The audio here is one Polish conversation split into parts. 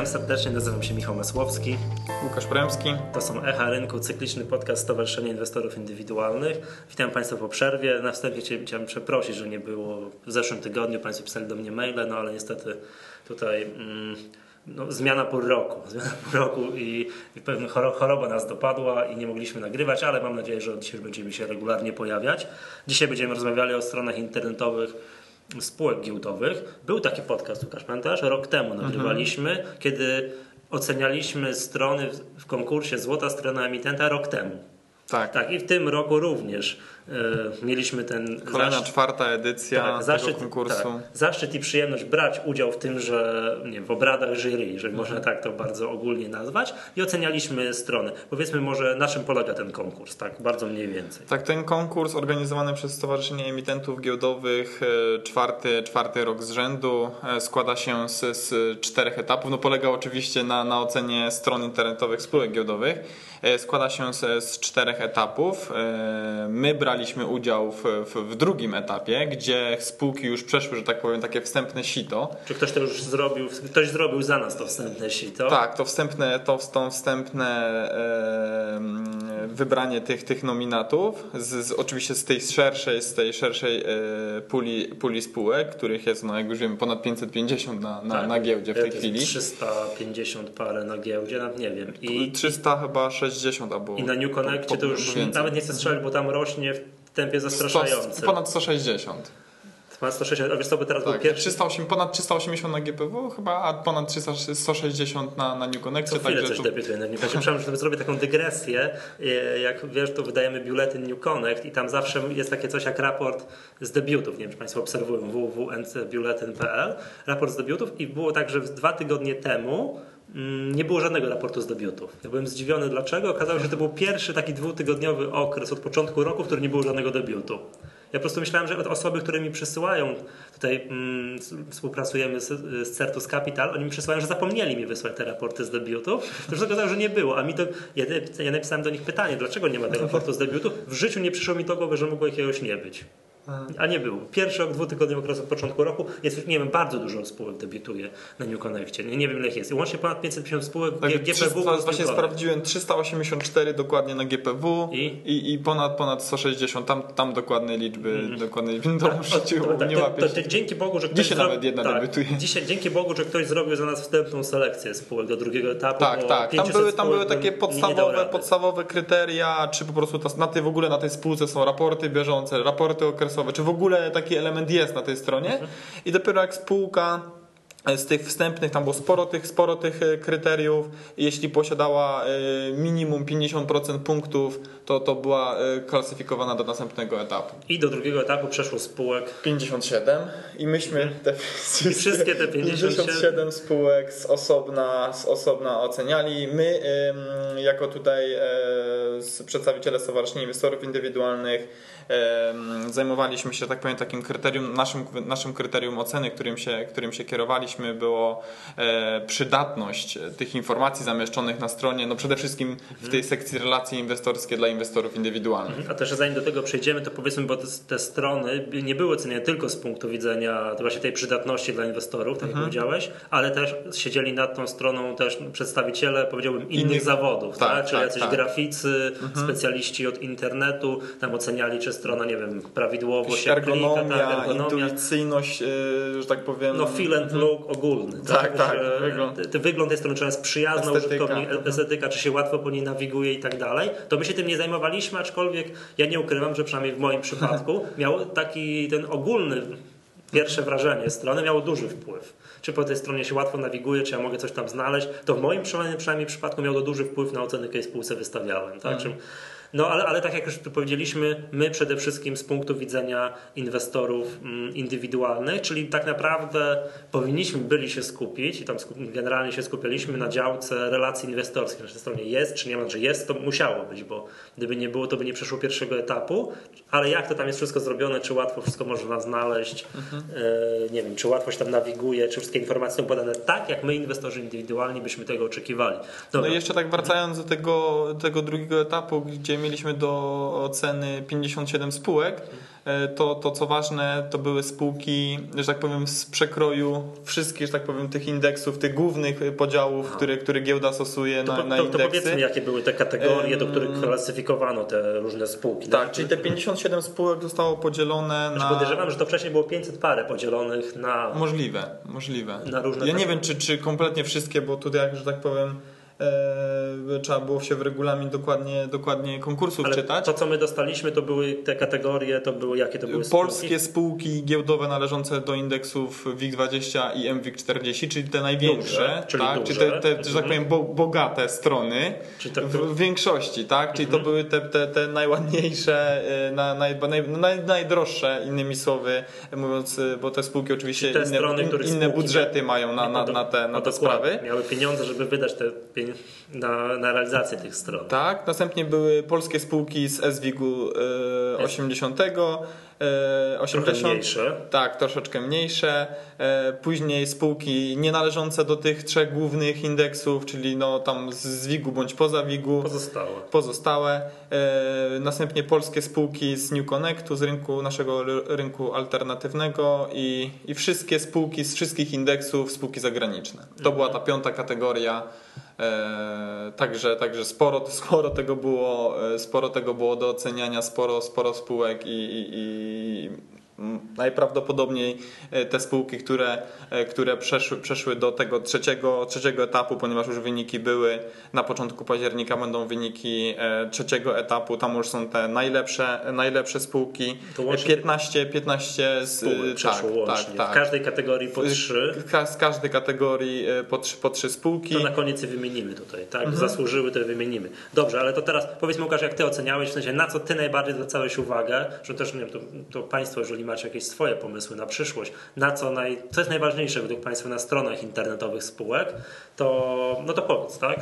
serdecznie, nazywam się Michał Masłowski. Łukasz Premski. To są Echa Rynku, cykliczny podcast Stowarzyszenia Inwestorów Indywidualnych. Witam Państwa po przerwie. Na wstępie chciałem przeprosić, że nie było w zeszłym tygodniu. Państwo pisali do mnie maile, no ale niestety tutaj zmiana pór roku i pewna choroba nas dopadła i nie mogliśmy nagrywać, ale mam nadzieję, że od dzisiaj będziemy się regularnie pojawiać. Dzisiaj będziemy rozmawiali o stronach internetowych spółek giełdowych. Był taki podcast, Łukasz, pamiętasz? Rok temu nagrywaliśmy, kiedy ocenialiśmy strony w konkursie Złota Strona Emitenta rok temu. Tak, i w tym roku również mieliśmy ten kolejna czwarta edycja tego konkursu. Tak, zaszczyt i przyjemność brać udział w tymże, w obradach jury, jeżeli można tak to bardzo ogólnie nazwać, i ocenialiśmy strony. Powiedzmy może, na czym polega ten konkurs, tak bardzo mniej więcej. Tak, ten konkurs organizowany przez Stowarzyszenie Emitentów Giełdowych czwarty rok z rzędu składa się z 4 etapów. No, polega oczywiście na ocenie stron internetowych spółek giełdowych. Składa się z 4 etapów. My braliśmy udział w drugim etapie, gdzie spółki już przeszły, że tak powiem, takie wstępne sito. Czy ktoś to już zrobił? Ktoś zrobił za nas to wstępne sito? Tak, to wstępne wybranie tych nominatów, oczywiście z tej szerszej puli spółek, których jest, no jak już wiemy, ponad 550 na giełdzie w tej chwili. 350 parę na giełdzie, nawet nie wiem. I 360 albo. I na New Connectie to już nawet nie chcę strzelać, bo tam rośnie w tempie zastraszającym. Ponad 160. Ponad 160, a wiesz co by teraz tak, był pierwszy? Ponad 380 na GPW chyba, a ponad 160 na New Connectie. Co chwilę coś debiutuje na New Connectie. Przepraszam, że zrobię taką dygresję. Jak wiesz, to wydajemy biuletyn New Connect i tam zawsze jest takie coś jak raport z debiutów. Nie wiem, czy Państwo obserwują www.ncbuletyn.pl. Raport z debiutów i było tak, że 2 tygodnie temu nie było żadnego raportu z debiutów. Ja byłem zdziwiony dlaczego. Okazało się, że to był pierwszy taki 2-tygodniowy okres od początku roku, w którym nie było żadnego debiutu. Ja po prostu myślałem, że osoby, które mi przysyłają, tutaj współpracujemy z Certus Capital, oni mi przysyłają, że zapomnieli mi wysłać te raporty z debiutów. To już okazało, że nie było. A mi to, ja napisałem do nich pytanie, dlaczego nie ma tego raportu z debiutów. W życiu nie przyszło mi do głowy, że mogło jakiegoś nie być. A nie było. Pierwszy 2-tygodniowy okres od początku roku jest, nie wiem, bardzo dużo spółek debiutuje na New Connectie. Nie wiem, ile ich jest. I łącznie ponad 550 spółek GPW. Właśnie sprawdziłem, 384 dokładnie na GPW i ponad 160. Tam dokładne liczby nie łapię. Dzięki Bogu, że ktoś dzisiaj nawet jedna debiutuje. Dzięki Bogu, że ktoś zrobił za nas wstępną selekcję spółek do drugiego etapu. Tak. Tam były takie podstawowe kryteria, czy po prostu na tej spółce są raporty bieżące, raporty okresowe, czy w ogóle taki element jest na tej stronie. I dopiero jak spółka z tych wstępnych, tam było sporo tych kryteriów, jeśli posiadała minimum 50% punktów, to była klasyfikowana do następnego etapu. I do drugiego etapu przeszło spółek 57 i myśmy wszystkie te 57 spółek z osobna oceniali. My jako tutaj przedstawiciele Stowarzyszenia Inwestorów Indywidualnych zajmowaliśmy się, tak powiem, takim kryterium, naszym kryterium oceny, którym się kierowaliśmy, było przydatność tych informacji zamieszczonych na stronie, no przede wszystkim w tej sekcji relacje inwestorskie dla inwestorów indywidualnych. A też zanim do tego przejdziemy, to powiedzmy, bo te strony nie były oceniane tylko z punktu widzenia właśnie tej przydatności dla inwestorów, tak jak powiedziałeś, ale też siedzieli nad tą stroną też przedstawiciele, powiedziałbym, innych zawodów, tak? Czyli jacyś graficy, specjaliści od internetu, tam oceniali, czy strona, nie wiem, prawidłowo się ergonomia, intuicyjność, że tak powiem. No feel and look ogólny. Tak. Wygląd jest strony przyjazna, estetyka, czy się łatwo po niej nawiguje i tak dalej. To my się tym nie zajmowaliśmy, aczkolwiek ja nie ukrywam, że przynajmniej w moim przypadku miał taki ten ogólny pierwsze wrażenie strony miało duży wpływ. Czy po tej stronie się łatwo nawiguje, czy ja mogę coś tam znaleźć, to w moim przynajmniej przypadku miało to duży wpływ na ocenę, jakiej spółce wystawiałem. Tak? No ale tak jak już powiedzieliśmy, my przede wszystkim z punktu widzenia inwestorów indywidualnych, czyli tak naprawdę powinniśmy byli się skupić i tam generalnie się skupialiśmy na działce relacji inwestorskich. Na tej stronie jest, czy nie ma, że jest, to musiało być, bo gdyby nie było, to by nie przeszło pierwszego etapu, ale jak to tam jest wszystko zrobione, czy łatwo wszystko można znaleźć, nie wiem, czy łatwo się tam nawiguje, czy wszystkie informacje są podane tak, jak my inwestorzy indywidualni byśmy tego oczekiwali. Dobra. No i jeszcze tak wracając do tego drugiego etapu, gdzie gdzie mieliśmy do oceny 57 spółek, to co ważne, to były spółki, że tak powiem, z przekroju wszystkich, że tak powiem, tych indeksów, tych głównych podziałów, które giełda stosuje na indeksy. To powiedzmy, jakie były te kategorie, do których klasyfikowano te różne spółki. Tak, czyli te 57 spółek zostało podzielone na... Podejrzewam, że to wcześniej było 500 parę podzielonych na... Możliwe. Na różne ja nie wiem, czy kompletnie wszystkie, bo tutaj, że tak powiem, trzeba było się w regulamin dokładnie konkursów ale czytać. To, co my dostaliśmy, to były te kategorie, jakie to były spółki? Polskie spółki giełdowe należące do indeksów WIG20 i MWIG40, czyli te największe, czyli te że tak powiem, bogate strony w większości, tak? Czyli to były te najładniejsze, najdroższe, innymi słowy mówiąc, bo te spółki oczywiście inne budżety mają na te sprawy. Miały pieniądze, żeby wydać te pieniądze na realizację tych stron. Tak, następnie były polskie spółki z SWIG-u 80. Trochę mniejsze. Tak, troszeczkę mniejsze. Później spółki nie należące do tych trzech głównych indeksów, czyli tam z WIG-u bądź poza WIG-u. Pozostałe. Następnie polskie spółki z New Connectu, z naszego rynku alternatywnego i wszystkie spółki z wszystkich indeksów, spółki zagraniczne. To była ta 5. kategoria. Także sporo tego było do oceniania, sporo spółek i najprawdopodobniej te spółki, które przeszły do tego trzeciego etapu, ponieważ już wyniki były na początku października, będą wyniki trzeciego etapu, tam już są te najlepsze spółki. 15 spółek przeszło łącznie. Tak. W każdej kategorii po 3. Z każdej kategorii po 3 spółki. To na koniec je wymienimy tutaj, tak? Zasłużyły, to je wymienimy. Dobrze, ale to teraz powiedz mi, Łukasz, jak ty oceniałeś, w sensie na co ty najbardziej zwracałeś uwagę, że też nie wiem, to państwo, jeżeli macie jakieś swoje pomysły na przyszłość, co jest najważniejsze według państwa na stronach internetowych spółek, to powiedz, tak?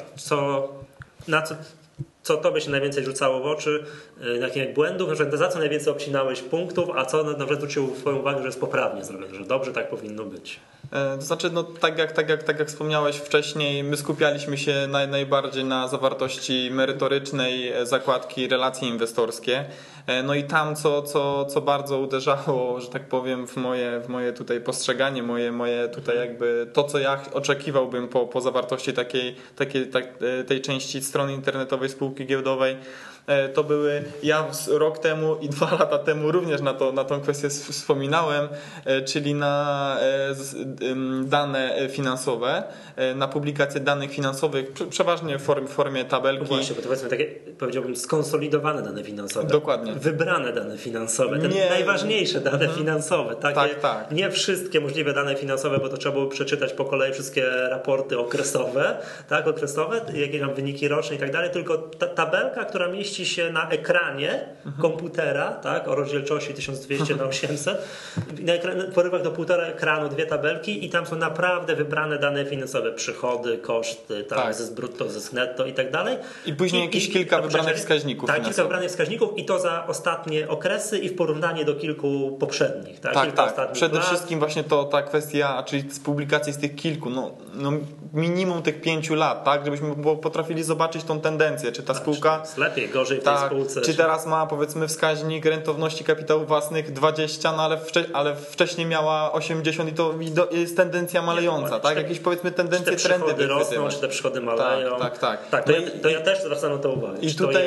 Co tobie się najwięcej rzucało w oczy, jakich błędów, za co najwięcej obcinałeś punktów, a co na przykład zwróciło twoją uwagę, że jest poprawnie zrobione, że dobrze tak powinno być? To znaczy, tak jak wspomniałeś wcześniej, my skupialiśmy się najbardziej na zawartości merytorycznej zakładki relacje inwestorskie. No i tam, co bardzo uderzało, że tak powiem, w moje tutaj postrzeganie, moje tutaj jakby to, co ja oczekiwałbym po zawartości tej części strony internetowej spółki giełdowej, to były, ja rok temu i 2 lata temu również na tą kwestię wspominałem, czyli na dane finansowe, na publikację danych finansowych, przeważnie w formie tabelki. No właśnie, bo to powiedzmy takie, powiedziałbym, skonsolidowane dane finansowe. Dokładnie. Wybrane dane finansowe, najważniejsze dane finansowe. Tak. Nie wszystkie możliwe dane finansowe, bo to trzeba było przeczytać po kolei wszystkie raporty okresowe, jakieś tam wyniki roczne i tak dalej, tylko tabelka, która mieści się na ekranie komputera, tak, o rozdzielczości 1200 na 800, w porywach do 1,5 ekranu 2 tabelki i tam są naprawdę wybrane dane finansowe, przychody, koszty, zysk brutto, zysk netto i tak dalej. I później jakieś kilka wybranych wskaźników finansowych. Kilka wybranych wskaźników i to za ostatnie okresy i w porównanie do kilku poprzednich. Tak. Przede wszystkim właśnie ta kwestia, czyli z publikacji z tych kilku, minimum tych 5 lat, tak, żebyśmy potrafili zobaczyć tą tendencję, czy ta spółka jest lepiej, gorzej w tej spółce. Czy teraz ma, powiedzmy, wskaźnik rentowności kapitałów własnych 20, ale wcześniej miała 80 i to jest tendencja malejąca, tak? Jakieś, powiedzmy, tendencje, czy te trendy przychody rosną, czy te przychody maleją. Tak. To ja też zwracam na to uwagę.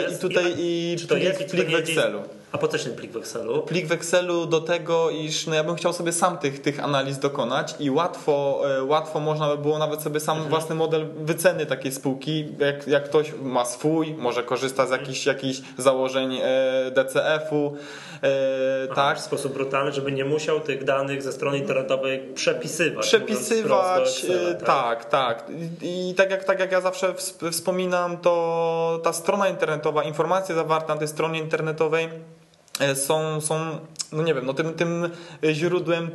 I plik w Excelu. A po co ten plik w Excelu? Plik w Excelu do tego, iż ja bym chciał sobie sam tych analiz dokonać i łatwo można by było nawet sobie sam własny model wyceny takiej spółki, jak ktoś ma swój, może korzysta z jakichś założeń DCF-u. Tak. W sposób brutalny, żeby nie musiał tych danych ze strony internetowej przepisywać. Tak. I tak jak ja zawsze wspominam, to ta strona internetowa, informacje zawarte na tej stronie internetowej są no nie wiem, no tym źródłem,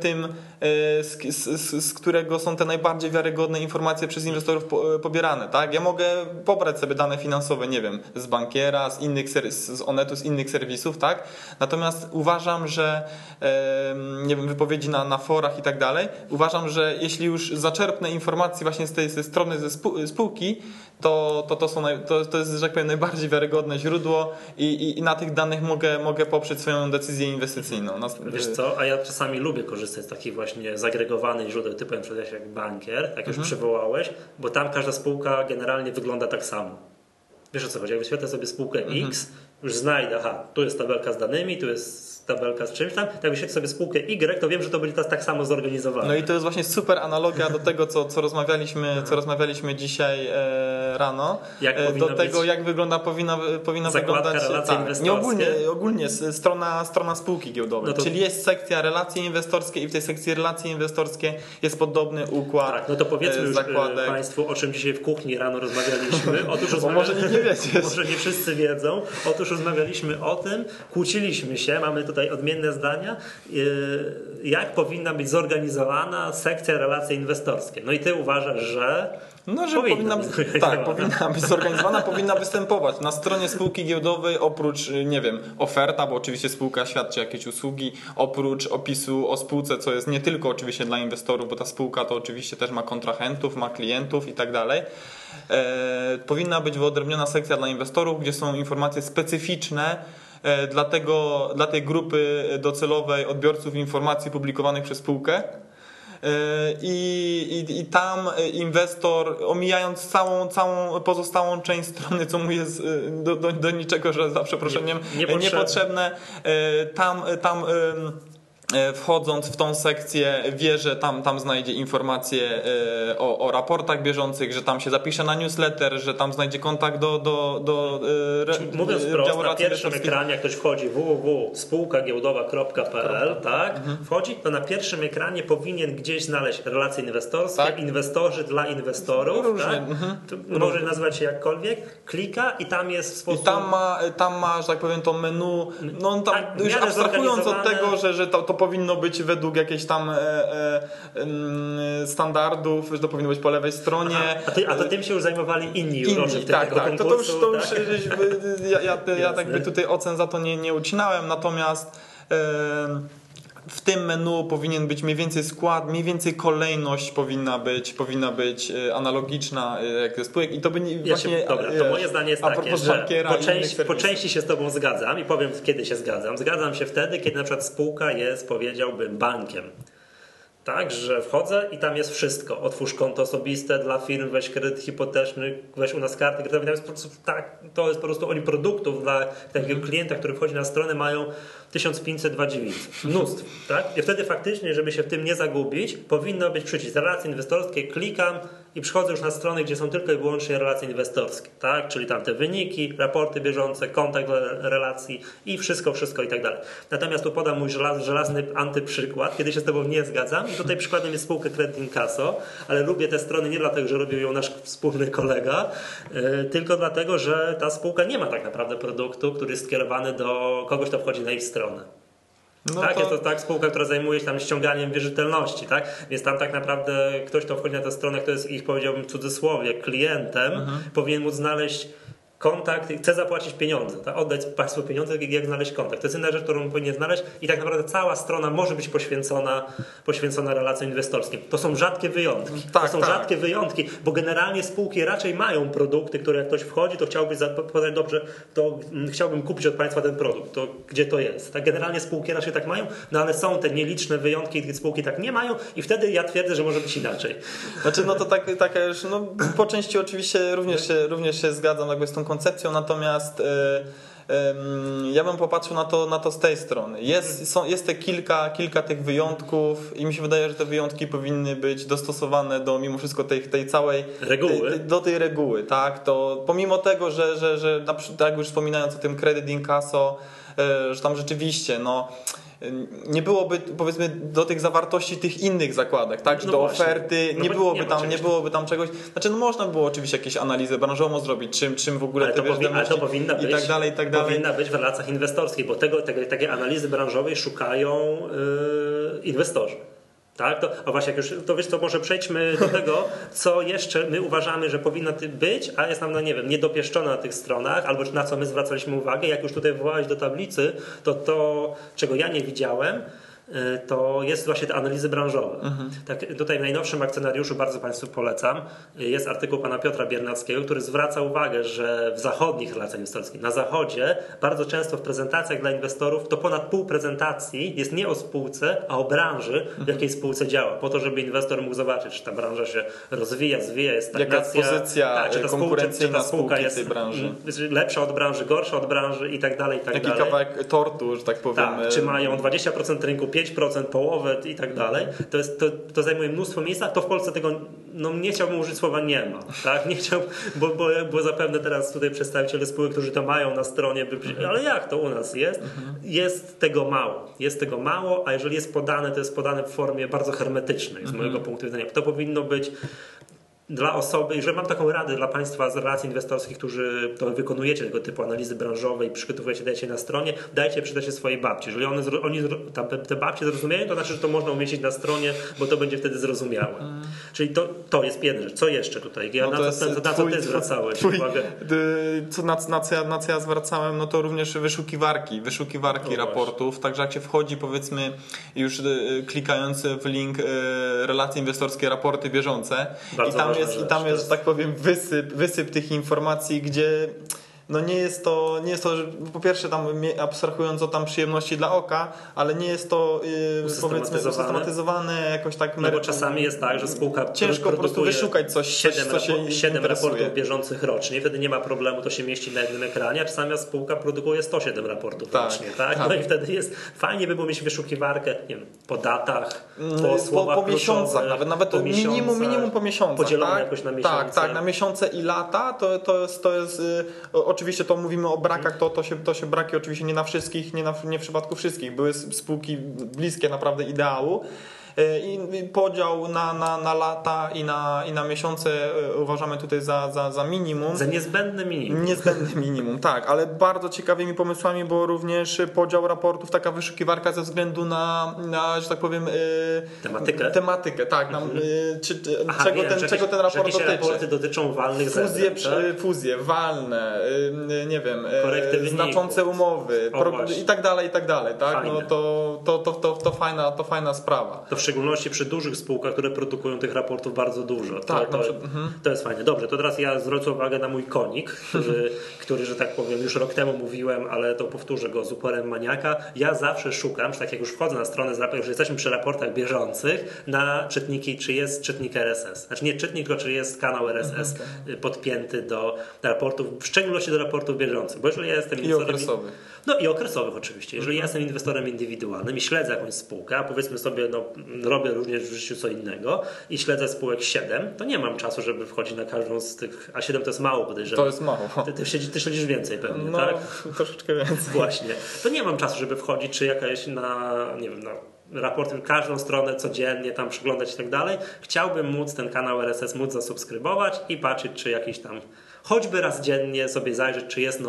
z którego są te najbardziej wiarygodne informacje przez inwestorów pobierane, tak? Ja mogę pobrać sobie dane finansowe, nie wiem, z bankiera, z Onetu, z innych serwisów, tak? Natomiast uważam, że nie wiem, wypowiedzi na forach i tak dalej, uważam, że jeśli już zaczerpnę informacje właśnie z tej strony ze spółki, to jest, że tak powiem, najbardziej wiarygodne źródło i na tych danych mogę poprzeć swoją decyzję inwestycyjną. Wiesz co, a ja czasami lubię korzystać z takich właśnie zagregowanych źródeł, typu jak bankier, jak już przywołałeś, bo tam każda spółka generalnie wygląda tak samo. Wiesz o co chodzi? Jak wyświetlę sobie spółkę X, już znajdę, tu jest tabelka z danymi, tu jest tabelka z czymś tam, jak wyświetlę sobie spółkę Y, to wiem, że to będzie tak samo zorganizowane. No i to jest właśnie super analogia do tego, co rozmawialiśmy dzisiaj rano. Do tego, jak powinna wyglądać relacje inwestorskie. Nie ogólnie strona spółki giełdowej. No czyli jest sekcja relacje inwestorskie i w tej sekcji relacje inwestorskie jest podobny układ. Tak, no to powiedzmy już Państwu, o czym dzisiaj w kuchni rano rozmawialiśmy. Otóż może nikt nie wiecie. Może nie wszyscy wiedzą. Otóż rozmawialiśmy o tym, kłóciliśmy się, mamy tutaj odmienne zdania, jak powinna być zorganizowana sekcja relacje inwestorskie. No i ty uważasz, że powinna być zorganizowana, powinna występować na stronie spółki giełdowej oprócz, nie wiem, oferta, bo oczywiście spółka świadczy jakieś usługi, oprócz opisu o spółce, co jest nie tylko oczywiście dla inwestorów, bo ta spółka to oczywiście też ma kontrahentów, ma klientów i tak dalej. Powinna być wyodrębniona sekcja dla inwestorów, gdzie są informacje specyficzne dla tej grupy docelowej odbiorców informacji publikowanych przez spółkę. I tam inwestor, omijając całą pozostałą część strony, co mu jest do niczego, że za przeproszeniem niepotrzebne, tam wchodząc w tą sekcję wie, że tam znajdzie informacje o raportach bieżących, że tam się zapisze na newsletter, że tam znajdzie kontakt mówiąc wprost, na pierwszym ekranie, jak ktoś wchodzi www.spółkagiełdowa.pl, tak? Wchodzi, to na pierwszym ekranie powinien gdzieś znaleźć relacje inwestorskie, tak? Inwestorzy dla inwestorów, tak? Może nazywać się jakkolwiek, klika i tam jest w sposób... I tam ma, że tak powiem, to menu, no tam już abstrahując od tego, że to powinno być według jakichś tam standardów, że to powinno być po lewej stronie. A to tym się już zajmowali inni jurorzy tego konkursu. To już ja tak by tutaj ocen za to nie ucinałem, natomiast w tym menu powinien być mniej więcej skład, mniej więcej kolejność powinna być analogiczna jak ze spółek i to by właśnie... to moje zdanie jest takie, że po części się z tobą zgadzam i powiem, kiedy się zgadzam. Zgadzam się wtedy, kiedy na przykład spółka jest, powiedziałbym, bankiem. Tak, że wchodzę i tam jest wszystko. Otwórz konto osobiste dla firm, weź kredyt hipoteczny, weź u nas karty kredytowe. To jest po prostu oni produktów dla takiego klienta, który wchodzi na stronę, mają 1502 dziewic. Mnóstwo. Tak? I wtedy faktycznie, żeby się w tym nie zagubić, powinno być przycisk relacje inwestorskie, klikam i przychodzę już na strony, gdzie są tylko i wyłącznie relacje inwestorskie. Tak? Czyli tam te wyniki, raporty bieżące, kontakt do relacji i wszystko i tak dalej. Natomiast tu podam mój żelazny antyprzykład, kiedy się z tobą nie zgadzam. I tutaj przykładem jest spółka Credit Incasso, ale lubię te strony nie dlatego, że robił ją nasz wspólny kolega, tylko dlatego, że ta spółka nie ma tak naprawdę produktu, który jest skierowany do kogoś, kto wchodzi na ich stronę. No tak, jest to tak spółka, która zajmuje się tam ściąganiem wierzytelności, tak? Więc tam tak naprawdę ktoś, kto wchodzi na tę stronę, kto jest ich, powiedziałbym w cudzysłowie, klientem, powinien móc znaleźć kontakt, chce zapłacić pieniądze, tak? Oddać państwu pieniądze, jak znaleźć kontakt. To jest inna rzecz, którą powinien znaleźć i tak naprawdę cała strona może być poświęcona relacjom inwestorskim. To są rzadkie wyjątki. Rzadkie wyjątki, bo generalnie spółki raczej mają produkty, które jak ktoś wchodzi, to chciałby podać dobrze, to chciałbym kupić od państwa ten produkt, to gdzie to jest. Tak? Generalnie spółki raczej tak mają, no ale są te nieliczne wyjątki, gdzie spółki tak nie mają i wtedy ja twierdzę, że może być inaczej. Znaczy, no to taka już, no po części oczywiście również się zgadzam jakby z tą koncepcją, natomiast ja bym popatrzył na to z tej strony. Jest te kilka tych wyjątków i mi się wydaje, że te wyjątki powinny być dostosowane do mimo wszystko tej całej reguły. Do tej reguły, tak? To pomimo tego, że tak już wspominając o tym Credit Incasso, że tam rzeczywiście nie byłoby, powiedzmy, do tych zawartości tych innych zakładek, tak? Czy do oferty, nie byłoby tam czegoś. Znaczy, można było oczywiście jakieś analizę branżową zrobić, czym w ogóle ale to powinna być, i tak dalej. Powinna być w relacjach inwestorskich, bo takiej analizy branżowej szukają inwestorzy. Tak? A właśnie, jak już to wiesz, to może przejdźmy do tego, co jeszcze my uważamy, że powinno być, a jest nam, niedopieszczone na tych stronach, albo na co my zwracaliśmy uwagę. Jak już tutaj wołałeś do tablicy, to czego ja nie widziałem, to jest właśnie te analizy branżowe. Tak, tutaj w najnowszym akcjonariuszu bardzo Państwu polecam. Jest artykuł pana Piotra Biernackiego, który zwraca uwagę, że w zachodnich relacjach inwestorskich, na zachodzie, bardzo często w prezentacjach dla inwestorów to ponad pół prezentacji jest nie o spółce, a o branży, w jakiej spółce działa. Po to, żeby inwestor mógł zobaczyć, czy ta branża się rozwija, jest stagnacja. Jaka pozycja konkurencyjna spółka jest w tej branży. Lepsza od branży, gorsza od branży i tak dalej, i tak dalej. Jaki kawałek tortu, że tak powiem. Tak, czy mają 20% rynku, 5%, połowę i tak dalej, to zajmuje mnóstwo miejsca, to w Polsce tego, nie chciałbym użyć słowa nie ma, tak? Nie chciałbym, bo zapewne teraz tutaj przedstawiciele spółek, którzy to mają na stronie, ale jak to u nas jest? Jest tego mało, a jeżeli jest podane, to jest podane w formie bardzo hermetycznej z mojego punktu widzenia. To powinno być dla osoby, że mam taką radę dla Państwa z relacji inwestorskich, którzy to wykonujecie tego typu analizy branżowej, przygotowujecie, dajecie na stronie, dajcie przydać się swojej babci. Jeżeli te babcie zrozumieją, to znaczy, że to można umieścić na stronie, bo to będzie wtedy zrozumiałe. Czyli to jest jedna rzecz. Co jeszcze tutaj? Na co ty zwracałeś uwagę? Na co ja zwracałem, to również wyszukiwarki raportów. Także jak się wchodzi, powiedzmy, już klikając w link relacje inwestorskie, raporty bieżące i tam jest, że tak powiem, wysyp tych informacji, gdzie nie jest to, że po pierwsze tam abstrahując od tam przyjemności dla oka, ale nie jest to powiedzmy usystematyzowane jakoś tak. Bo czasami jest tak, że spółka ciężko po prostu wyszukać coś, 7 raportów bieżących rocznie, wtedy nie ma problemu, to się mieści na jednym ekranie, a czasami spółka produkuje 107 raportów rocznie, tak? No i wtedy jest fajnie by było mieć wyszukiwarkę, po datach, po słowach po miesiącach, nawet minimum po miesiącach. Podzielone jakoś na miesiące. Tak, na miesiące i lata to jest oczywiście to mówimy o brakach, to się braki oczywiście nie na wszystkich, nie w przypadku wszystkich. Były spółki bliskie naprawdę ideału. I podział na lata i na miesiące uważamy tutaj za minimum. Za niezbędne minimum. Niezbędne minimum, tak, ale bardzo ciekawymi pomysłami było również podział raportów, taka wyszukiwarka ze względu na że tak powiem, tematykę, tak. Czego ten raport dotyczy. Raporty dotyczą walnych fuzje, walne, nie wiem, znaczące umowy i tak dalej, tak? To fajna sprawa. To w szczególności przy dużych spółkach, które produkują tych raportów bardzo dużo. To jest fajne. Dobrze, to teraz ja zwrócę uwagę na mój konik, który, że tak powiem, już rok temu mówiłem, ale to powtórzę go z uporem maniaka. Ja zawsze szukam, że tak jak już wchodzę na stronę, już jesteśmy przy raportach bieżących, na czytniki, czy jest czytnik RSS. Znaczy nie czytnik, tylko czy jest kanał RSS podpięty do raportów, w szczególności do raportów bieżących. Bo jeżeli ja jestem okresowych. I okresowych oczywiście. Jeżeli ja jestem inwestorem indywidualnym i śledzę jakąś spółkę, a powiedzmy sobie, robię również w życiu co innego i śledzę spółek 7, to nie mam czasu, żeby wchodzić na każdą z tych, a 7 to jest mało, podejrzewam. To jest mało. Ty śledzisz więcej pewnie, tak? Troszeczkę więcej. Właśnie. To nie mam czasu, żeby wchodzić, czy jakaś na raporty, każdą stronę codziennie tam przeglądać i tak dalej. Chciałbym móc ten kanał RSS zasubskrybować i patrzeć, czy jakiś tam choćby raz dziennie sobie zajrzeć, czy jest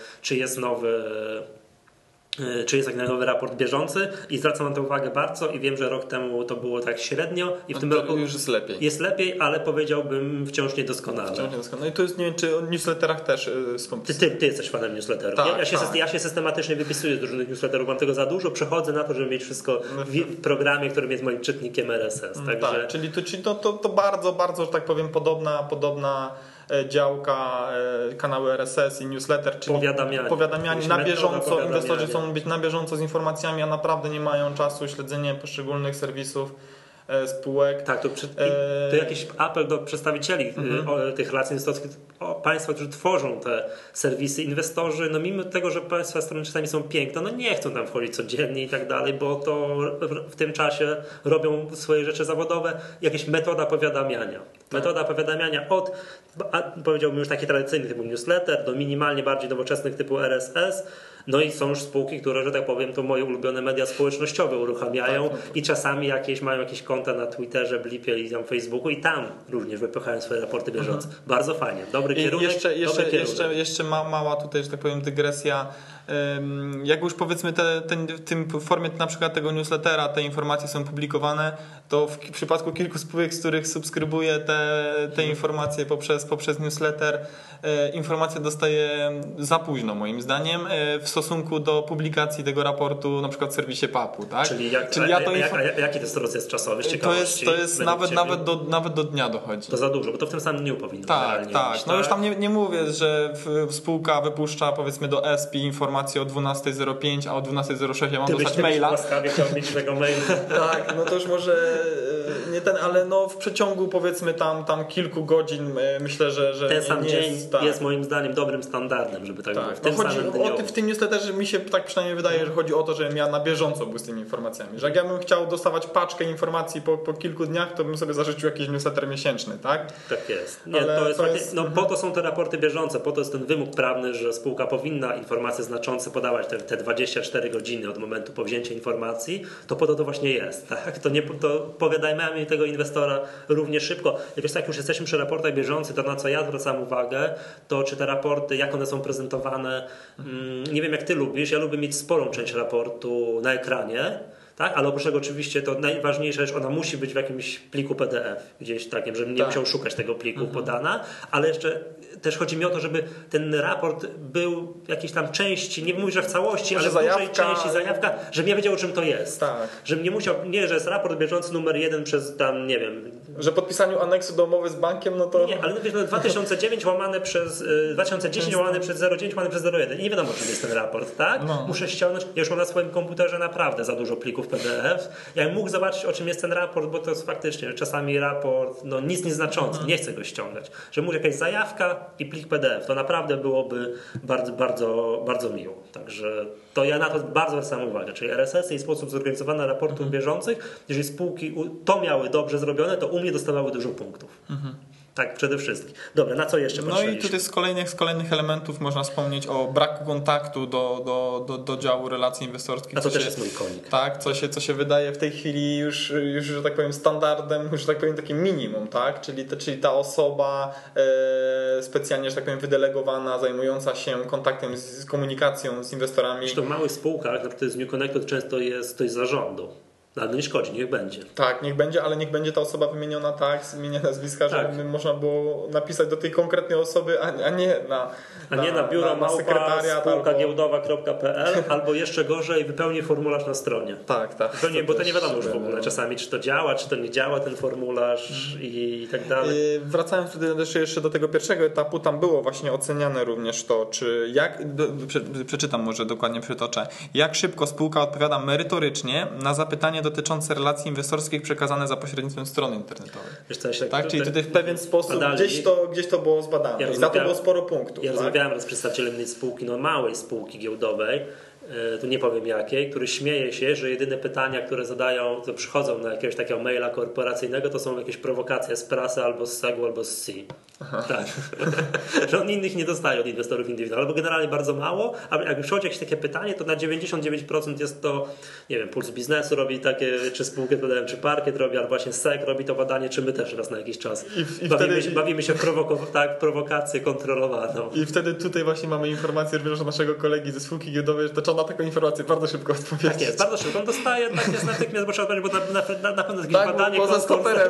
jakiś nowy raport bieżący i zwracam na to uwagę bardzo i wiem, że rok temu to było tak średnio i w tym roku już jest lepiej. Jest lepiej, ale powiedziałbym wciąż niedoskonale. No i to jest, nie wiem, czy o newsletterach też Ty jesteś fanem newsletterów. Tak, ja się systematycznie wypisuję z różnych newsletterów, mam tego za dużo, przechodzę na to, żeby mieć wszystko w programie, którym jest moim czytnikiem RSS. Także... Tak, czyli to bardzo, bardzo, że tak powiem, podobna działka, kanały RSS i newsletter, czyli powiadamianie na bieżąco. Inwestorzy chcą być na bieżąco z informacjami, a naprawdę nie mają czasu śledzenia poszczególnych serwisów. spółek. Tak, to jakiś apel do przedstawicieli tych relacji inwestorskich, państwa, którzy tworzą te serwisy. Inwestorzy, no mimo tego, że państwa strony czasami są piękne, no nie chcą tam wchodzić codziennie i tak dalej, bo to w tym czasie robią swoje rzeczy zawodowe. Jakaś metoda powiadamiania. Metoda powiadamiania od, powiedziałbym już taki tradycyjny typu newsletter, do minimalnie bardziej nowoczesnych typu RSS. No i są już spółki, które, że tak powiem, to moje ulubione media społecznościowe uruchamiają i czasami mają jakieś konta na Twitterze, Blipie i tam Facebooku i tam również wypychają swoje raporty bieżące. Bardzo fajnie. Dobry kierunek. Jeszcze mała tutaj, że tak powiem, dygresja. Jak już powiedzmy w formie na przykład tego newslettera te informacje są publikowane, to w przypadku kilku spółek, z których subskrybuję te informacje poprzez newsletter, informacje dostaję za późno moim zdaniem w stosunku do publikacji tego raportu na przykład w serwisie PAP-u. Tak? Czyli jaki to jest rozjazd czasowy? To jest nawet do dnia dochodzi. To za dużo, bo to w tym samym dniu powinno tak. No już tam nie mówię, że spółka wypuszcza powiedzmy do ESPI informacje o 12:05, a o 12:06 ja mam dostać maila. Łaskawie chciał mieć tego maila. Tak, no to już może nie ale no w przeciągu powiedzmy tam kilku godzin myślę, że ten sam dzień jest moim zdaniem dobrym standardem, żeby tak było. W tym samym dniu. W tym newsletterze mi się tak przynajmniej wydaje, że chodzi o to, żebym ja na bieżąco był z tymi informacjami. Że jak ja bym chciał dostawać paczkę informacji po kilku dniach, to bym sobie zarzucił jakiś newsletter miesięczny, tak? Tak jest. Po to są te raporty bieżące, po to jest ten wymóg prawny, że spółka powinna informacje znaczące podawać te 24 godziny od momentu powzięcia informacji, to po to właśnie jest, tak? To powiadajmy tego inwestora równie szybko. Jak już jesteśmy przy raportach bieżących, to na co ja zwracam uwagę, to czy te raporty, jak one są prezentowane. Nie wiem jak ty lubisz, ja lubię mieć sporą część raportu na ekranie, tak? Ale oprócz tego oczywiście to najważniejsza rzecz, ona musi być w jakimś pliku PDF, gdzieś takim, żebym nie musiał szukać tego pliku podana, ale jeszcze też chodzi mi o to, żeby ten raport był w jakiejś tam części, nie mówię, że w całości, ale w dużej części zajawka, żebym ja wiedział o czym to jest. Tak. Żebym nie musiał, że jest raport bieżący numer 1 przez tam, nie wiem. Że podpisaniu aneksu do umowy z bankiem, no to... Nie, ale wiesz, 2009 łamane przez 2010 łamane przez 09 łamane przez 01. I nie wiadomo, czym jest ten raport, tak? No. Muszę ściągnąć, ja już mam na swoim komputerze naprawdę za dużo plików PDF. Ja bym mógł zobaczyć, o czym jest ten raport, bo to jest faktycznie czasami raport, no nic nieznaczący, nie chcę go ściągać. Że mógł jakaś zajawka i plik PDF, to naprawdę byłoby bardzo, bardzo, bardzo miło. Także to ja na to bardzo zwracam uwagę. Czyli RSS-y i sposób zorganizowania raportów bieżących, jeżeli spółki to miały dobrze zrobione, to u mnie dostawały dużo punktów. Tak, przede wszystkim. Dobra, na co jeszcze patrzyliśmy? No i tutaj z kolejnych elementów można wspomnieć o braku kontaktu do działu relacji inwestorskich. A to też jest mój konik. Tak, co się wydaje w tej chwili już, że tak powiem, standardem, już, że tak powiem, takim minimum, tak? Czyli ta osoba specjalnie, że tak powiem, wydelegowana, zajmująca się kontaktem, z komunikacją z inwestorami. Zresztą w małych spółkach, to jest New Connected, często jest ktoś z zarządu. No, ale nie szkodzi, niech będzie. Tak, niech będzie, ale niech będzie ta osoba wymieniona tak, z imienia, nazwiska, żeby można było napisać do tej konkretnej osoby, a nie na biuro na sekretariat spółkagiełdowa.pl albo jeszcze gorzej wypełnij formularz na stronie. Tak. Bo to nie wiadomo już w ogóle czasami, czy to działa, czy to nie działa ten formularz i tak dalej. Wracając jeszcze do tego pierwszego etapu, tam było właśnie oceniane również to, czy przeczytam może dokładnie przytoczę, jak szybko spółka odpowiada merytorycznie na zapytanie dotyczące relacji inwestorskich przekazane za pośrednictwem strony internetowej. Tak, czyli tutaj w pewien sposób gdzieś to było zbadane. I za to było sporo punktów. Ja rozmawiałem z przedstawicielem jednej spółki, małej spółki giełdowej, tu nie powiem jakiej, który śmieje się, że jedyne pytania, które zadają, to przychodzą na jakiegoś takiego maila korporacyjnego, to są jakieś prowokacje z prasy albo z SEG-u, albo z C. Tak. Że on innych nie dostaje od inwestorów indywidualnych, albo generalnie bardzo mało, a jak przychodzi jakieś takie pytanie, to na 99% jest to, nie wiem, Puls Biznesu robi takie, czy spółkę dodałem, czy Parkiet robi, albo właśnie SEG robi to badanie, czy my też raz na jakiś czas. Bawimy się w prowokację kontrolowaną. I wtedy tutaj właśnie mamy informację również od naszego kolegi ze spółki giełdowej, że to na taką informację bardzo szybko odpowiedzieć. Tak jest, bardzo szybko. On dostaje jest natychmiast, bo trzeba powiedzieć, bo na pewno jakieś badanie... Poza stoperem.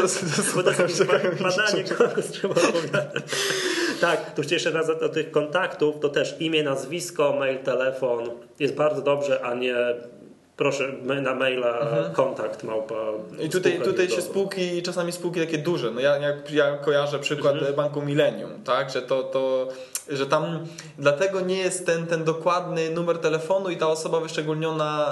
Badanie trzeba opowiadać. Tak, tu jeszcze raz do tych kontaktów, to też imię, nazwisko, mail, telefon jest bardzo dobrze, a nie proszę na maila kontakt małpa. I tutaj się czasami spółki takie duże. No ja kojarzę przykład Banku Millennium, tak, że tam dlatego nie jest ten dokładny numer telefonu i ta osoba wyszczególniona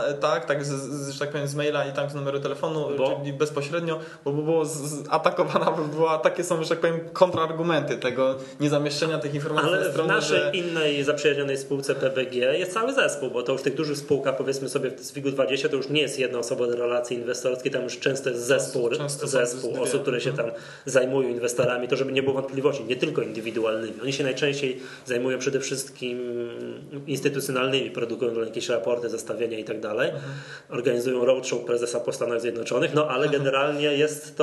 że tak powiem z maila i tam z numeru telefonu, czyli bezpośrednio, bo było atakowana, takie są, że tak powiem, kontrargumenty tego niezamieszczenia tych informacji na stronie. Ale w naszej innej zaprzyjaźnionej spółce PBG jest cały zespół, bo to już w tych dużych spółkach, powiedzmy sobie z WIG-20, to już nie jest jedna osoba do relacji inwestorskiej, tam już często jest zespół osób, które się tam zajmują inwestorami, to żeby nie było wątpliwości, nie tylko indywidualnymi. Oni się najczęściej zajmują przede wszystkim instytucjonalnymi, produkują jakieś raporty, zestawienia i tak dalej. Organizują roadshow prezesa po Stanach Zjednoczonych, ale generalnie jest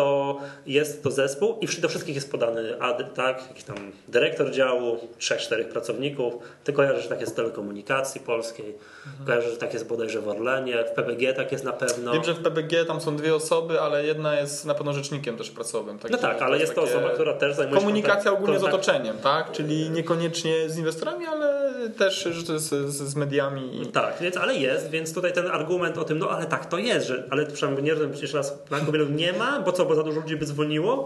to zespół i do wszystkich jest podany jakiś tam dyrektor działu, 3-4 pracowników. Ty kojarzysz, że tak jest w telekomunikacji polskiej, kojarzysz, że tak jest bodajże w Orlenie, w PBG tak jest na pewno. Wiem, że w PBG tam są 2 osoby, ale jedna jest na pewno rzecznikiem też pracowym. Ale jest to osoba, która też zajmuje się komunikacja ogólnie z otoczeniem, tak? Czyli niekoniecznie z inwestorami, ale też z mediami. Tak, więc tutaj ten argument o tym, ale tak to jest, ale przynajmniej nie wiem, jeszcze raz Banku Millennium nie ma, bo za dużo ludzi by dzwoniło?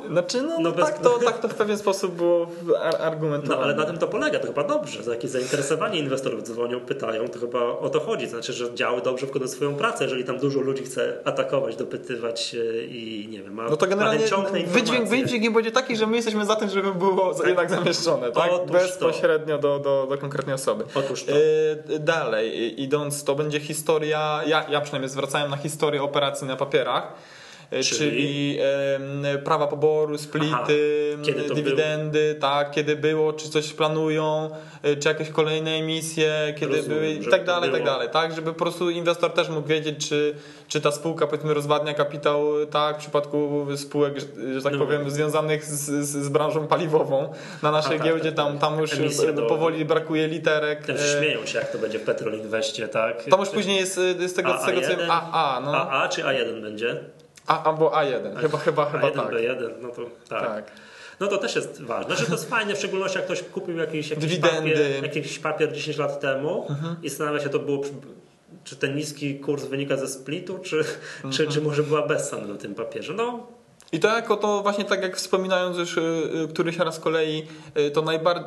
Tak to w pewien sposób było argumentowane. Ale na tym to polega, to chyba dobrze, za jakieś zainteresowanie inwestorów dzwonią, pytają, to chyba o to chodzi, znaczy, że działy dobrze wykonują swoją pracę, jeżeli tam dużo ludzi chce atakować, dopytywać i nie wiem, to generalnie wydźwięk nie będzie taki, że my jesteśmy za tym, żeby było jednak zamieszczone, tak? Bezpośrednio do konkretnej osoby. Otóż to. Dalej, idąc, to będzie historia, ja przynajmniej zwracałem na historię operacji na papierach, czyli prawa poboru, splity, dywidendy, kiedy było, czy coś planują, czy jakieś kolejne emisje, kiedy były i tak dalej, tak, żeby po prostu inwestor też mógł wiedzieć, czy ta spółka, powiedzmy, rozwadnia kapitał, tak, w przypadku spółek, że tak powiem, związanych z branżą paliwową na naszej giełdzie, tam już powoli brakuje literek. Też śmieją się, jak to będzie w Petrol Inwestie, tak? Tam już później jest z tego co AA czy A1 będzie? Albo A1, chyba A1, tak. B1, no to tak. No to też jest ważne, że to jest fajne, w szczególności jak ktoś kupił jakiś papier 10 lat temu i zastanawia się, to było, czy ten niski kurs wynika ze splitu, czy może była bezsan na tym papierze. I to właśnie tak jak wspominając już któryś raz z kolei, to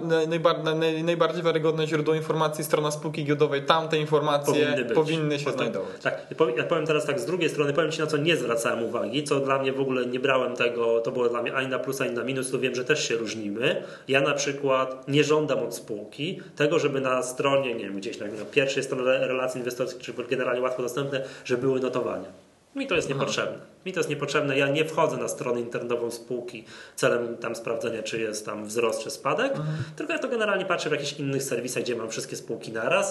najbardziej wiarygodne źródło informacji, strona spółki giełdowej, tam te informacje powinny się znajdować. Tak, ja powiem teraz tak z drugiej strony, powiem Ci, na co nie zwracałem uwagi, co dla mnie w ogóle nie brałem tego, to było dla mnie ani na plus, ani na minus, to wiem, że też się różnimy. Ja na przykład nie żądam od spółki tego, żeby na stronie, nie wiem, gdzieś na pierwszej stronie relacji inwestorskich, czy generalnie łatwo dostępne, żeby były notowania. Mi to jest niepotrzebne. Ja nie wchodzę na stronę internetową spółki celem tam sprawdzenia, czy jest tam wzrost, czy spadek, tylko ja to generalnie patrzę w jakichś innych serwisach, gdzie mam wszystkie spółki naraz.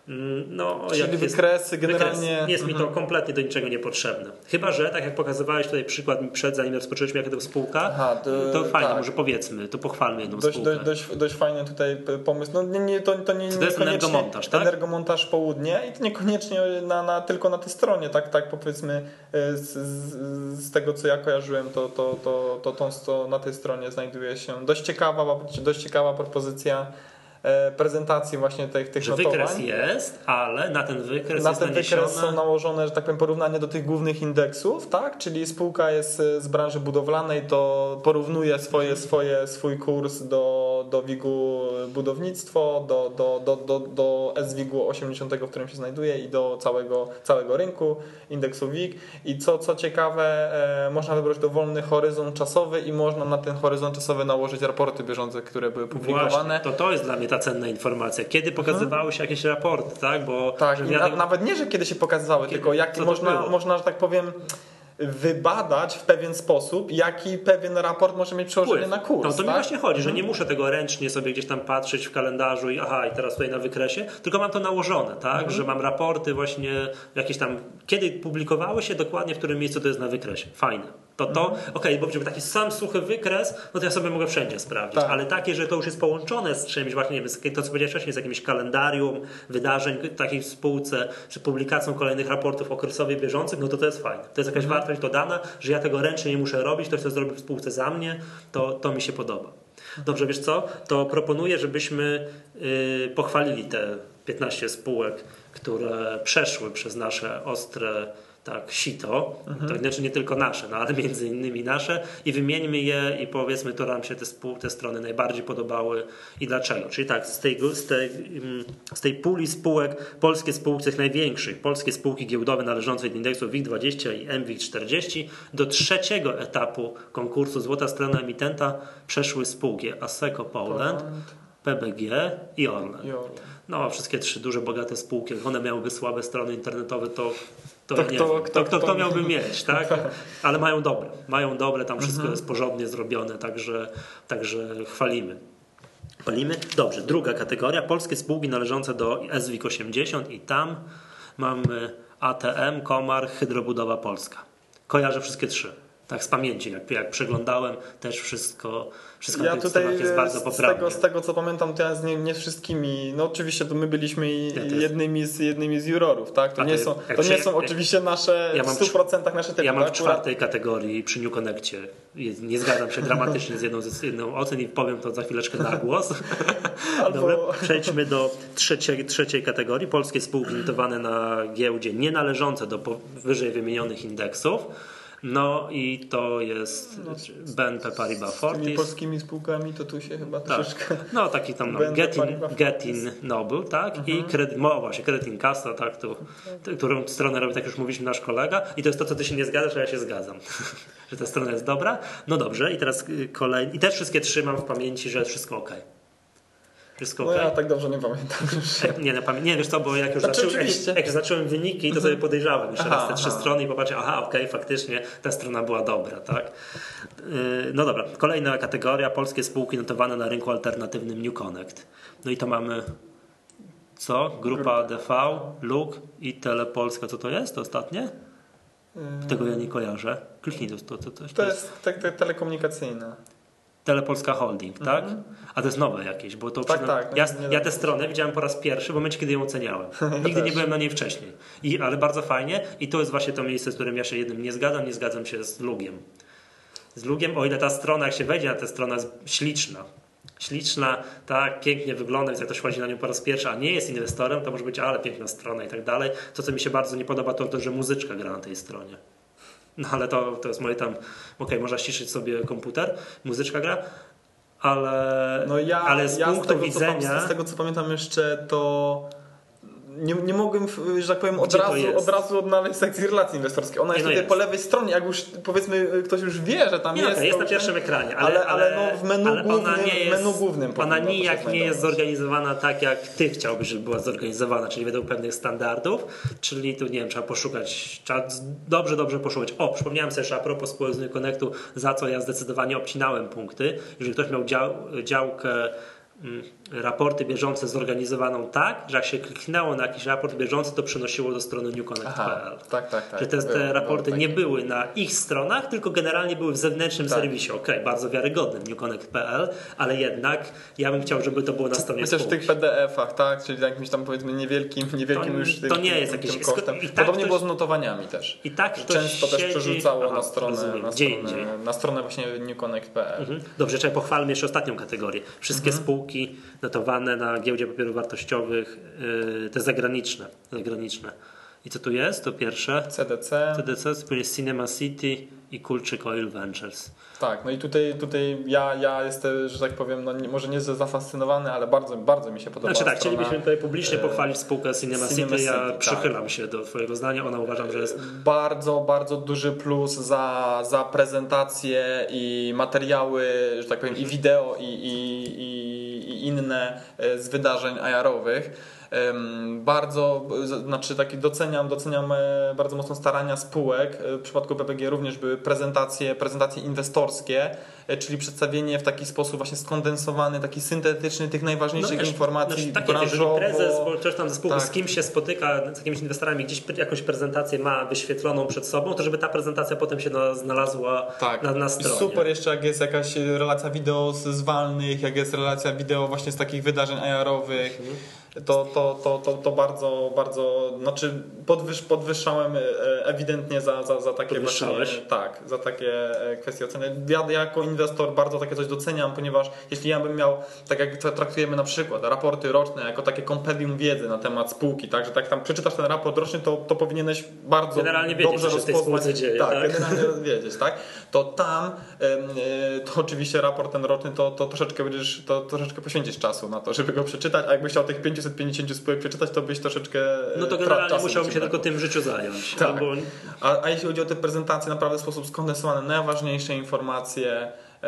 Czyli wykresy generalnie... Jest mi to kompletnie do niczego niepotrzebne. Chyba że, tak jak pokazywałeś tutaj przykład zanim rozpoczęliśmy, jaka to spółka, to fajnie, może powiedzmy, to pochwalmy jedną spółkę. Dość fajny tutaj pomysł. To nie jest energomontaż, tak? Energomontaż Południe i to niekoniecznie tylko na tej stronie, tak powiedzmy z tego co ja kojarzyłem, to na tej stronie znajduje się dość ciekawa propozycja prezentacji właśnie tych notowań. Wykres jest, ale na ten wykres są nałożone, że tak powiem, porównanie do tych głównych indeksów, tak? Czyli spółka jest z branży budowlanej, to porównuje swój kurs do WIG-u budownictwo, do SWIG-u 80, w którym się znajduje i do całego rynku indeksu WIG. I co ciekawe, można wybrać dowolny horyzont czasowy i można na ten horyzont czasowy nałożyć raporty bieżące, które były publikowane. Właśnie, to jest dla mnie ta cenna informacja. Kiedy pokazywały się jakieś raporty, tak? Bo nawet nie, że kiedy się pokazywały, tylko jak można, że tak powiem, wybadać w pewien sposób, jaki pewien raport może mieć przełożenie na kurs. To mi właśnie chodzi, że nie muszę tego ręcznie sobie gdzieś tam patrzeć w kalendarzu i teraz tutaj na wykresie, tylko mam to nałożone, tak? Że mam raporty właśnie jakieś tam, kiedy publikowały się, dokładnie w którym miejscu to jest na wykresie. Fajne. Bo żeby taki sam suchy wykres, to ja sobie mogę wszędzie sprawdzić, ale takie, że to już jest połączone z czymś właśnie, nie wiem, to co powiedziałeś wcześniej, z jakimś kalendarium wydarzeń takiej spółce, czy publikacją kolejnych raportów okresowych bieżących, to jest fajne. To jest jakaś wartość dodana, że ja tego ręcznie nie muszę robić, ktoś to zrobi w spółce za mnie, to mi się podoba. Dobrze, wiesz co? To proponuję, żebyśmy pochwalili 15 spółek, które przeszły przez nasze ostre sito, to znaczy nie tylko nasze, ale między innymi nasze i wymieńmy je i powiedzmy, które nam się te strony najbardziej podobały i dlaczego. Czyli tak, z tej puli spółek, polskie spółki tych największych, polskie spółki giełdowe należące do indeksu WIG20 i MWIG40 do trzeciego etapu konkursu Złota Strona Emitenta przeszły spółki Asseco Poland, PBG i Orlen. No, wszystkie trzy duże, bogate spółki, jak one miałyby słabe strony internetowe, kto miałby mieć, tak? Ale mają dobre, tam wszystko jest porządnie zrobione, także chwalimy. Dobrze, druga kategoria, polskie spółki należące do SWIG 80 i tam mamy ATM, Komar, Hydrobudowa Polska. Kojarzę wszystkie trzy. Tak z pamięci, jak przeglądałem, też wszystko ja tutaj jest bardzo poprawnie. Z tego co pamiętam, to ja nie wszystkimi, no oczywiście to my byliśmy jednymi z jurorów, tak? To nie są oczywiście nasze w 100% nasze typy. Ja mam w czwartej kategorii przy New Connectie. Nie zgadzam się dramatycznie z jedną ocen i powiem to za chwileczkę na głos. Dobra, przejdźmy do trzeciej kategorii. Polskie spółki notowane na giełdzie nie należące do wyżej wymienionych indeksów. No i to jest BNP Paribas Fortis. Z tymi polskimi spółkami to tu się chyba troszeczkę... No taki tam Getin Noble, tak? I Credit Incasa, tak? Którą stronę robi, tak już mówiliśmy, nasz kolega. I to jest to, co ty się nie zgadzasz, a ja się zgadzam. Że ta strona jest dobra. No dobrze, i teraz kolejny. I też wszystkie trzy mam w pamięci, że wszystko ok. Wszystko okay? Ja tak dobrze nie pamiętam. Nie, wiesz co, bo jak już zacząłem wyniki, to sobie podejrzałem jeszcze raz te trzy strony i popatrzę, faktycznie ta strona była dobra, tak? No dobra, kolejna kategoria, polskie spółki notowane na rynku alternatywnym New Connect. No i to mamy Grupa ADV, LUK i Telepolska. Co to jest? To ostatnie? Tego ja nie kojarzę. Kliknij to jest telekomunikacyjna. Telepolska Holding, tak? A to jest nowe jakieś, bo to ja tę stronę widziałem po raz pierwszy w momencie, kiedy ją oceniałem. Nigdy nie byłem na niej wcześniej. Ale bardzo fajnie i to jest właśnie to miejsce, z którym ja się jednym nie zgadzam się z Lugiem. O ile ta strona, jak się wejdzie na tę stronę, jest śliczna, tak, pięknie wygląda, więc jak ktoś wchodzi na nią po raz pierwszy, a nie jest inwestorem, to może być, ale piękna strona i tak dalej. To, co mi się bardzo nie podoba, to, że muzyczka gra na tej stronie. No ale to jest moje tam, można ściszyć sobie komputer, muzyczka gra, ale z punktu widzenia... Z tego co pamiętam jeszcze, to nie mogłem, że tak powiem, od razu odnaleźć sekcji relacji inwestorskiej. Ona jest tutaj po lewej stronie, jak już powiedzmy ktoś już wie, że tam jest. Jest na pierwszym ekranie, ale w menu głównym. Ona nijak nie jest zorganizowana tak, jak ty chciałbyś, żeby była zorganizowana, czyli według pewnych standardów, czyli tu nie wiem, trzeba dobrze poszukać. Przypomniałem sobie, że a propos spółek z New Connectu, za co ja zdecydowanie obcinałem punkty. Jeżeli ktoś miał działkę raporty bieżące zorganizowaną tak, że jak się kliknęło na jakiś raport bieżący, to przenosiło do strony newconnect.pl. Tak. Że te raporty nie były na ich stronach, tylko generalnie były w zewnętrznym serwisie. Bardzo wiarygodnym newconnect.pl, ale jednak ja bym chciał, żeby to było na stronie spółki. Chociaż w tych PDF-ach, tak? Czyli jakimś tam powiedzmy niewielkim już to nie jest jakiś kosztem. Podobnie było z notowaniami też. I tak często też przerzucało na stronę właśnie newconnect.pl. Dobrze, trzeba pochwalmy jeszcze ostatnią kategorię. Wszystkie spółki notowane na giełdzie papierów wartościowych, te zagraniczne. I co tu jest? To pierwsze CDC, wspólnie z Cinema City i Kulczyk Oil Ventures. Tak, no i tutaj ja jestem, że tak powiem, może nie zafascynowany, ale bardzo, bardzo mi się podoba. Chcielibyśmy tutaj publicznie pochwalić spółkę Cinema City. Ja przychylam się do twojego zdania. Ona uważam, że jest bardzo, bardzo duży plus za prezentację i materiały, że tak powiem, i wideo, i inne z wydarzeń IR-owych. Doceniam bardzo mocno starania spółek. W przypadku PPG również były prezentacje inwestorskie, czyli przedstawienie w taki sposób właśnie skondensowany, taki syntetyczny tych najważniejszych informacji branżowo. Jeżeli prezes, bo też tam zespół z kim się spotyka, z jakimiś inwestorami, gdzieś jakąś prezentację ma wyświetloną przed sobą, to żeby ta prezentacja potem się znalazła na stronie. I super jeszcze, jak jest jakaś relacja wideo z walnych, jak jest relacja wideo właśnie z takich wydarzeń IR-owych. to bardzo, bardzo, znaczy podwyższałem ewidentnie za takie właśnie, tak, za takie kwestie oceny. Ja jako inwestor bardzo takie coś doceniam, ponieważ jeśli ja bym miał, tak jak traktujemy na przykład raporty roczne jako takie kompendium wiedzy na temat spółki, tak, że tak tam przeczytasz ten raport roczny, to powinieneś bardzo generalnie dobrze rozpoznać, dzieje, tak, generalnie wiedzieć, tak? To tam to oczywiście raport ten roczny to troszeczkę poświęcisz czasu na to, żeby go przeczytać, a jakbyś chciał tych 550 spółek przeczytać, to byś troszeczkę no to generalnie musiałbym się tylko tym życiu zająć. Tak. A jeśli chodzi o te prezentacje, naprawdę w sposób skondensowany, najważniejsze informacje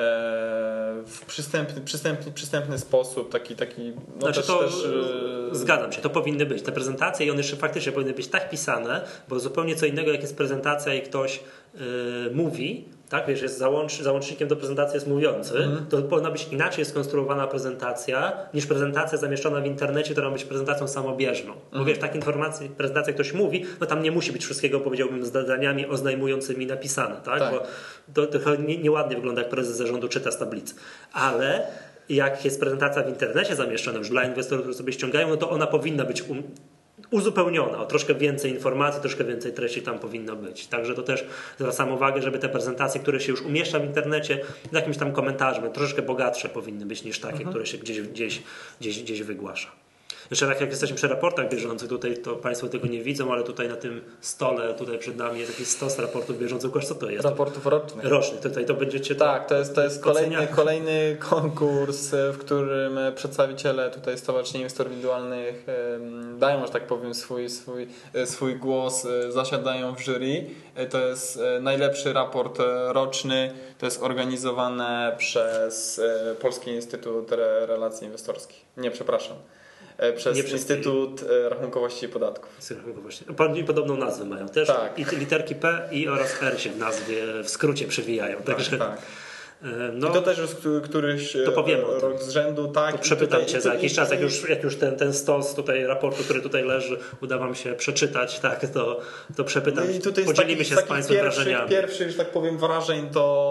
w przystępny sposób, taki no znaczy zgadzam się, to powinny być te prezentacje i one jeszcze faktycznie powinny być tak pisane, bo zupełnie co innego jak jest prezentacja i ktoś mówi, tak, wiesz, jest załącznikiem do prezentacji jest mówiący, to powinna być inaczej skonstruowana prezentacja niż prezentacja zamieszczona w internecie, która ma być prezentacją samobieżną. Bo wiesz, tak prezentacja ktoś mówi, no tam nie musi być wszystkiego, powiedziałbym, zdaniami oznajmującymi napisane, tak? Bo to nieładnie wygląda, jak prezes zarządu czyta z tablicy. Ale jak jest prezentacja w internecie zamieszczona już dla inwestorów, którzy sobie ściągają, no to ona powinna być uzupełniona o troszkę więcej informacji, troszkę więcej treści tam powinno być. Także to też zwracam uwagę, żeby te prezentacje, które się już umieszcza w internecie z jakimś tam komentarzem, troszkę bogatsze powinny być niż takie, które się gdzieś wygłasza. Jeszcze tak jak jesteśmy przy raportach bieżących, tutaj to Państwo tego nie widzą, ale tutaj na tym stole, tutaj przed nami jest jakiś stos raportów bieżących. Co to jest? Raportów rocznych. Rocznych. Tutaj to będziecie... Tak, to jest kolejny konkurs, w którym przedstawiciele tutaj Stowarzyszenia Inwestorów Indywidualnych dają, że tak powiem, swój głos, zasiadają w jury. To jest najlepszy raport roczny. To jest organizowane przez Polski Instytut Relacji Inwestorskich. Przez Instytut Rachunkowości i Podatków. Podobną nazwę mają też. Tak. I literki P i oraz R się w nazwie w skrócie przewijają. Także, tak. No, i to też jest któryś rok z rzędu. Tak, to przepytam Cię za jakiś czas, jak już ten stos tutaj raportu, który tutaj leży, uda Wam się przeczytać, tak, to przepytam. No i tutaj podzielimy się z Państwem wrażeniami. Pierwszych, że tak powiem, wrażeń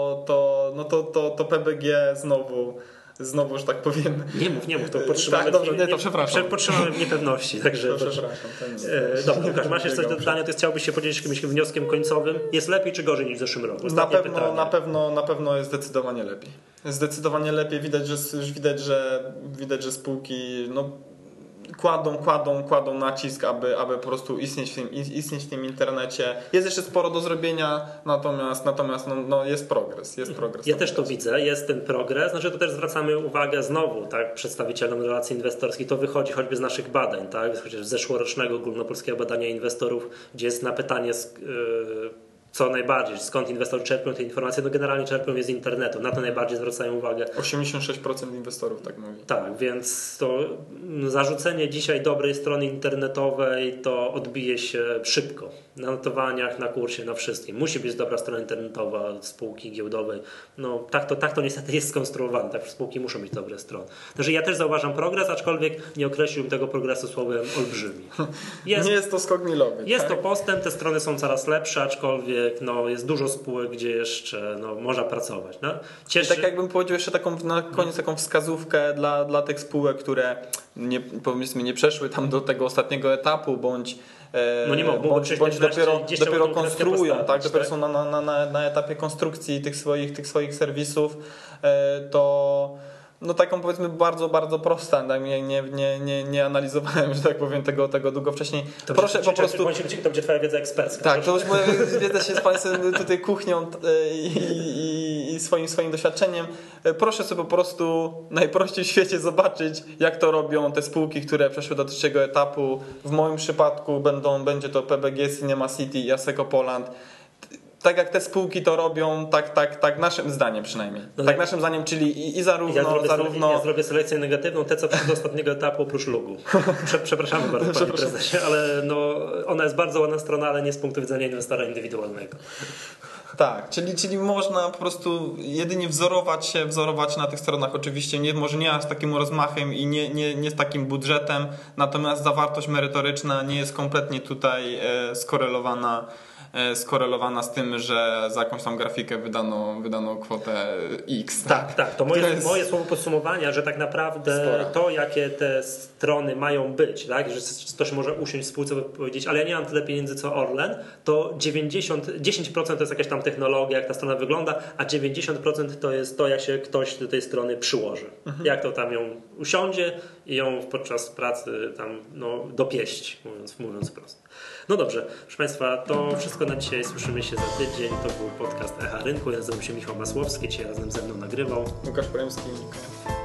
to PBG znowu, że tak powiem. Nie mów, to podtrzymamy. Tak, dobrze, to przepraszam. Podtrzymamy w niepewności. Także to przepraszam. Dobra, Łukasz, masz jeszcze coś do dodania, to chciałbyś się podzielić jakimś wnioskiem końcowym. Jest lepiej czy gorzej niż w zeszłym roku? Na pewno jest zdecydowanie lepiej. Zdecydowanie lepiej. Widać, że spółki kładą nacisk, aby po prostu istnieć w tym internecie. Jest jeszcze sporo do zrobienia, natomiast jest progres. Ja też to widzę, jest ten progres. Znaczy to też zwracamy uwagę znowu, tak, przedstawicielom relacji inwestorskich. To wychodzi choćby z naszych badań, tak, chociaż z zeszłorocznego ogólnopolskiego badania inwestorów, gdzie jest na pytanie co najbardziej, skąd inwestorzy czerpią te informacje, no generalnie czerpią je z internetu. Na to najbardziej zwracają uwagę. 86% inwestorów tak mówi. Tak, więc to zarzucenie dzisiaj dobrej strony internetowej to odbije się szybko. Na notowaniach, na kursie, na wszystkim. Musi być dobra strona internetowa spółki giełdowej. No tak to niestety jest skonstruowane. Tak, spółki muszą mieć dobre strony. Także ja też zauważam progres, aczkolwiek nie określiłbym tego progresu słowem olbrzymi. Nie jest to skok milowy. Jest to postęp, te strony są coraz lepsze, aczkolwiek jest dużo spółek, gdzie jeszcze można pracować. No. Tak jakbym powiedział jeszcze na koniec taką wskazówkę dla tych spółek, które nie przeszły tam do tego ostatniego etapu, bądź dopiero konstruują, tak? Dopiero są na etapie konstrukcji tych swoich serwisów, to taką powiedzmy bardzo, bardzo prosta. Nie analizowałem, że tak powiem, tego długo wcześniej. Proszę po prostu. To będzie Twoja wiedza ekspercka. Tak, to już moja wiedza się z Państwem tutaj kuchnią i swoim doświadczeniem. Proszę sobie po prostu najprościej w świecie zobaczyć, jak to robią te spółki, które przeszły do trzeciego etapu. W moim przypadku będzie to PBG, Cinema City i Asseco Poland. Tak jak te spółki to robią, tak naszym zdaniem przynajmniej. Tak naszym zdaniem, czyli i zarówno... Ja zrobię selekcję negatywną, te co przed do ostatniego etapu oprócz lugu. Przepraszamy bardzo, panie prezesie, ale ona jest bardzo ładna strona, ale nie z punktu widzenia inwestora indywidualnego. Tak, czyli można po prostu jedynie wzorować się na tych stronach, oczywiście może nie z takim rozmachem i nie z takim budżetem, natomiast zawartość merytoryczna nie jest kompletnie tutaj skorelowana skorelowana z tym, że za jakąś tam grafikę wydano kwotę X. Tak. To moje słowo podsumowania, że tak naprawdę to, jakie te strony mają być, tak? Że ktoś może usiąść w spółce i powiedzieć, ale ja nie mam tyle pieniędzy co Orlen, to 10% to jest jakaś tam technologia, jak ta strona wygląda, a 90% to jest to, jak się ktoś do tej strony przyłoży. Jak to tam ją usiądzie i ją podczas pracy tam dopieści, mówiąc prosto. No dobrze, proszę Państwa, to wszystko na dzisiaj. Słyszymy się za tydzień. To był podcast Echa Rynku. Ja nazywam się Michał Masłowski, dzisiaj razem ze mną nagrywał Łukasz Poremski.